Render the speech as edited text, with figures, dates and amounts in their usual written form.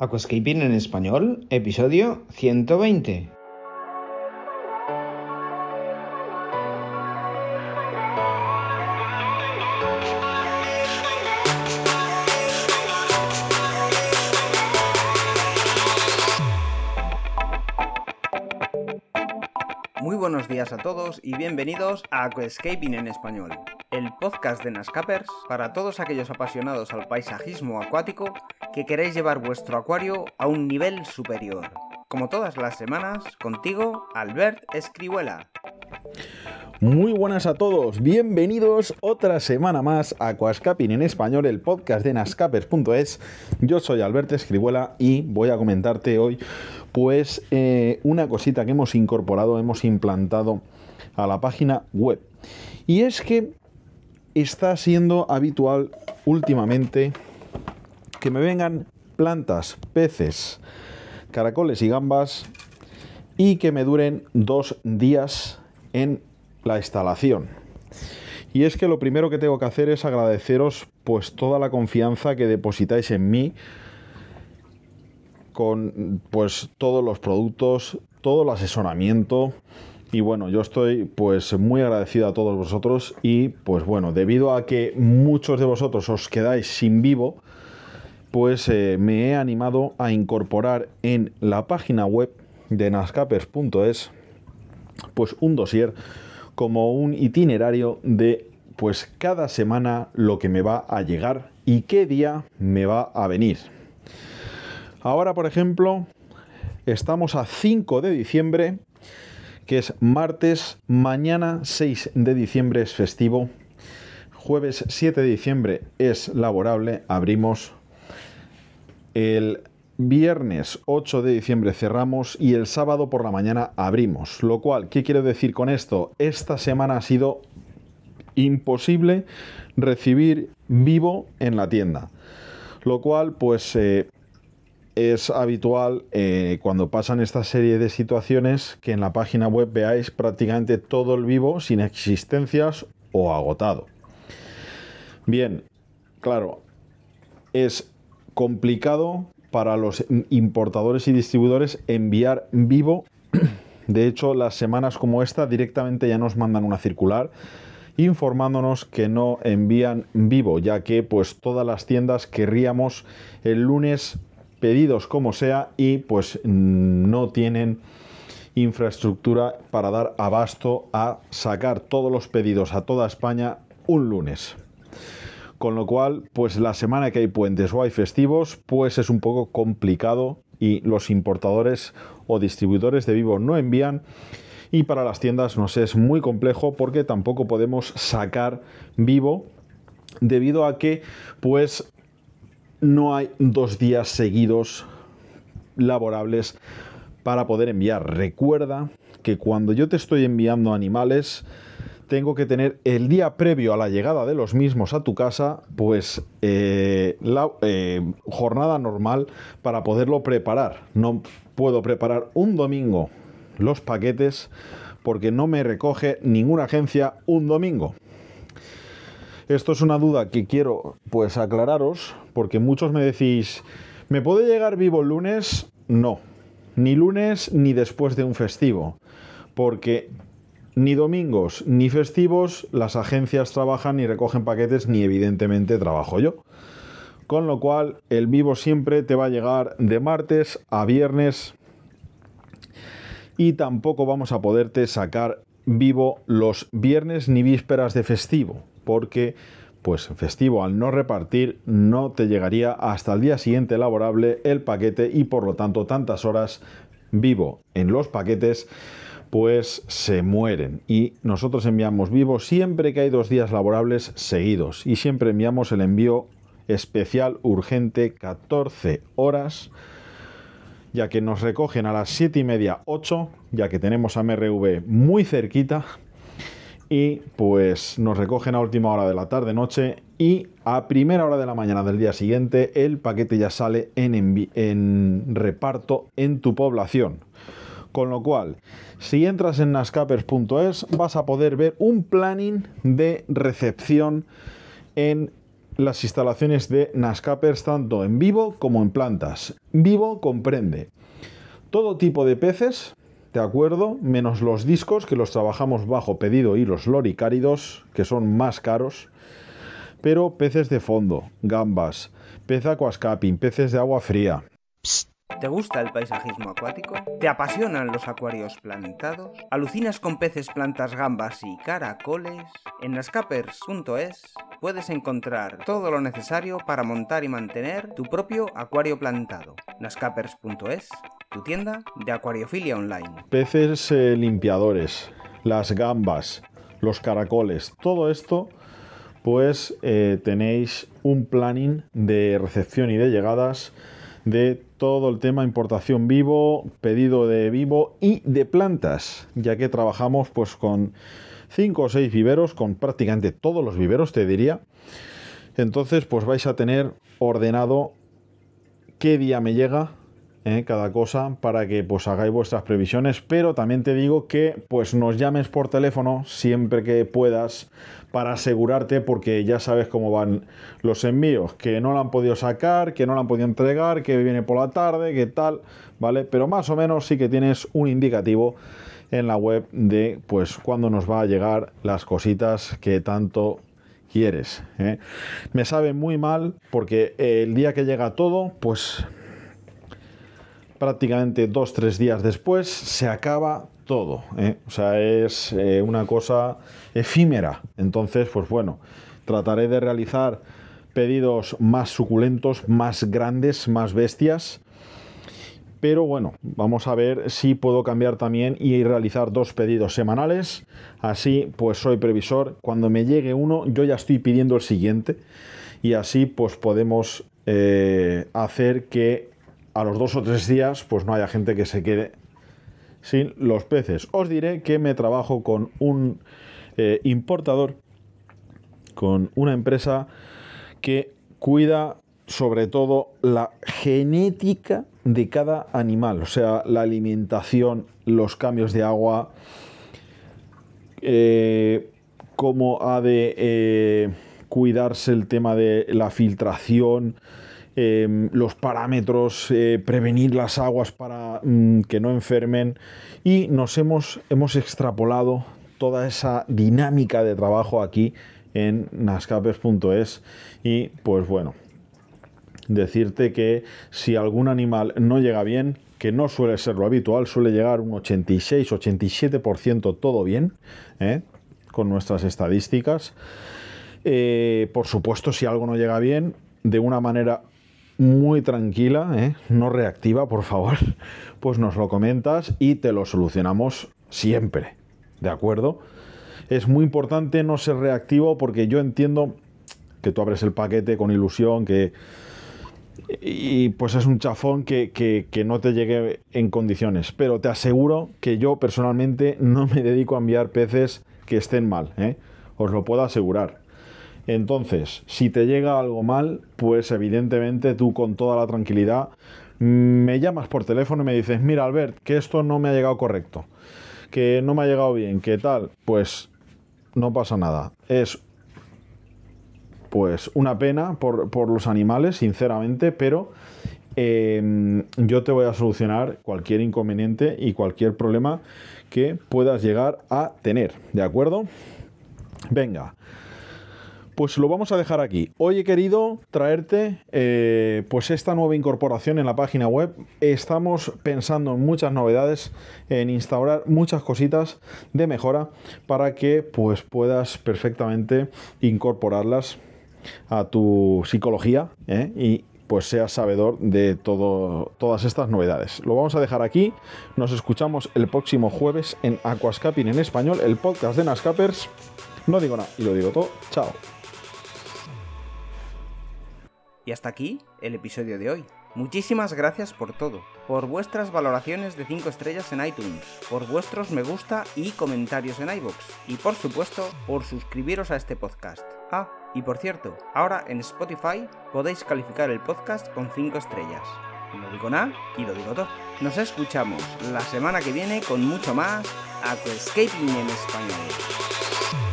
Aquascaping en español, episodio 120. Muy buenos días a todos y bienvenidos a Aquascaping en español, el podcast de Nascapers para todos aquellos apasionados al paisajismo acuático que queréis llevar vuestro acuario a un nivel superior. Como todas las semanas, contigo, Albert Escrihuela. Muy buenas a todos, bienvenidos otra semana más a Aquascaping en español, el podcast de Nascapers.es. Yo soy Albert Escrihuela y voy a comentarte hoy pues una cosita que hemos implantado a la página web. Y es que está siendo habitual últimamente que me vengan plantas, peces, caracoles y gambas y que me duren 2 días en la instalación. Y es que lo primero que tengo que hacer es agradeceros pues toda la confianza que depositáis en mí con pues todos los productos, todo el asesoramiento. Y bueno, yo estoy pues muy agradecido a todos vosotros y pues bueno, debido a que muchos de vosotros os quedáis sin vivo, pues me he animado a incorporar en la página web de nascapers.es pues un dossier como un itinerario de pues cada semana lo que me va a llegar y qué día me va a venir. Ahora, por ejemplo, estamos a 5 de diciembre, que es martes, mañana 6 de diciembre es festivo, jueves 7 de diciembre es laborable, abrimos, el viernes 8 de diciembre cerramos y el sábado por la mañana abrimos. Lo cual, ¿qué quiero decir con esto? Esta semana ha sido imposible recibir vivo en la tienda. Lo cual, pues es habitual cuando pasan esta serie de situaciones que en la página web veáis prácticamente todo el vivo sin existencias o agotado. Bien, claro, es complicado para los importadores y distribuidores enviar vivo. De hecho, las semanas como esta directamente ya nos mandan una circular informándonos que no envían vivo, ya que pues todas las tiendas querríamos el lunes pedidos como sea y pues no tienen infraestructura para dar abasto a sacar todos los pedidos a toda España un lunes. Con lo cual, pues la semana que hay puentes o hay festivos, pues es un poco complicado y los importadores o distribuidores de vivo no envían. Y para las tiendas nos es muy complejo porque tampoco podemos sacar vivo debido a que pues no hay 2 días seguidos laborables para poder enviar. Recuerda que cuando yo te estoy enviando animales, tengo que tener el día previo a la llegada de los mismos a tu casa, pues la jornada normal para poderlo preparar. No puedo preparar un domingo los paquetes porque no me recoge ninguna agencia un domingo. Esto es una duda que quiero pues aclararos, porque muchos me decís, ¿me puede llegar vivo el lunes? No, ni lunes ni después de un festivo, porque ni domingos ni festivos las agencias trabajan ni recogen paquetes, ni evidentemente trabajo yo. Con lo cual el vivo siempre te va a llegar de martes a viernes y tampoco vamos a poderte sacar vivo los viernes ni vísperas de festivo, porque pues festivo al no repartir no te llegaría hasta el día siguiente laborable el paquete y por lo tanto tantas horas vivo en los paquetes pues se mueren, y nosotros enviamos vivo siempre que hay 2 días laborables seguidos y siempre enviamos el envío especial urgente 14 horas, ya que nos recogen a las 7:30, 8, ya que tenemos a MRV muy cerquita y pues nos recogen a última hora de la tarde noche y a primera hora de la mañana del día siguiente el paquete ya sale en reparto en tu población. Con lo cual, si entras en nascapers.es vas a poder ver un planning de recepción en las instalaciones de Nascapers tanto en vivo como en plantas. Vivo comprende todo tipo de peces, ¿de acuerdo? Menos los discos, que los trabajamos bajo pedido, y los loricáridos, que son más caros. Pero peces de fondo, gambas, pez aquascaping, peces de agua fría. ¿Te gusta el paisajismo acuático? ¿Te apasionan los acuarios plantados? ¿Alucinas con peces, plantas, gambas y caracoles? En nascapers.es puedes encontrar todo lo necesario para montar y mantener tu propio acuario plantado. nascapers.es, tu tienda de acuariofilia online. Peces limpiadores, las gambas, los caracoles, todo esto, pues tenéis un planning de recepción y de llegadas de todo el tema importación vivo, pedido de vivo y de plantas, ya que trabajamos pues con 5 o 6 viveros, con prácticamente todos los viveros, te diría. Entonces pues vais a tener ordenado qué día me llega cada cosa, para que pues hagáis vuestras previsiones. Pero también te digo que pues nos llames por teléfono siempre que puedas, para asegurarte, porque ya sabes cómo van los envíos, que no la han podido sacar, que no la han podido entregar, que viene por la tarde, que tal, ¿vale? Pero más o menos sí que tienes un indicativo en la web de pues cuándo nos va a llegar las cositas que tanto quieres. Me sabe muy mal, porque el día que llega todo, pues prácticamente 2-3 días después se acaba todo, O sea, es una cosa efímera. Entonces, pues bueno, trataré de realizar pedidos más suculentos, más grandes, más bestias. Pero bueno, vamos a ver si puedo cambiar también y realizar 2 pedidos semanales. Así, pues soy previsor. Cuando me llegue uno, yo ya estoy pidiendo el siguiente. Y así, pues podemos hacer que a los 2 o 3 días pues no haya gente que se quede sin los peces. Os diré que me trabajo con un importador, con una empresa que cuida sobre todo la genética de cada animal, o sea, la alimentación, los cambios de agua, cómo ha de cuidarse el tema de la filtración, los parámetros, prevenir las aguas para que no enfermen, y nos hemos extrapolado toda esa dinámica de trabajo aquí en nascapers.es. Y pues bueno, decirte que si algún animal no llega bien, que no suele ser lo habitual, suele llegar un 86-87% todo bien, con nuestras estadísticas. Por supuesto, si algo no llega bien, de una manera muy tranquila, no reactiva, por favor, pues nos lo comentas y te lo solucionamos siempre, ¿de acuerdo? Es muy importante no ser reactivo, porque yo entiendo que tú abres el paquete con ilusión, y pues es un chafón que no te llegue en condiciones, pero te aseguro que yo personalmente no me dedico a enviar peces que estén mal, os lo puedo asegurar. Entonces, si te llega algo mal, pues evidentemente tú, con toda la tranquilidad, me llamas por teléfono y me dices: mira, Albert, que esto no me ha llegado correcto, que no me ha llegado bien, que tal. Pues no pasa nada. Es pues una pena por los animales, sinceramente, pero yo te voy a solucionar cualquier inconveniente y cualquier problema que puedas llegar a tener, ¿de acuerdo? Venga, pues lo vamos a dejar aquí. Hoy he querido traerte pues esta nueva incorporación en la página web. Estamos pensando en muchas novedades, en instaurar muchas cositas de mejora para que pues puedas perfectamente incorporarlas a tu psicología, y pues seas sabedor de todas estas novedades. Lo vamos a dejar aquí. Nos escuchamos el próximo jueves en Aquascaping en Español, el podcast de Nascapers. No digo nada y lo digo todo. Chao. Y hasta aquí el episodio de hoy. Muchísimas gracias por todo, por vuestras valoraciones de 5 estrellas en iTunes, por vuestros me gusta y comentarios en iVoox, y por supuesto, por suscribiros a este podcast. Ah, y por cierto, ahora en Spotify podéis calificar el podcast con 5 estrellas. No digo nada y lo digo todo. Nos escuchamos la semana que viene con mucho más Aquascaping en Español.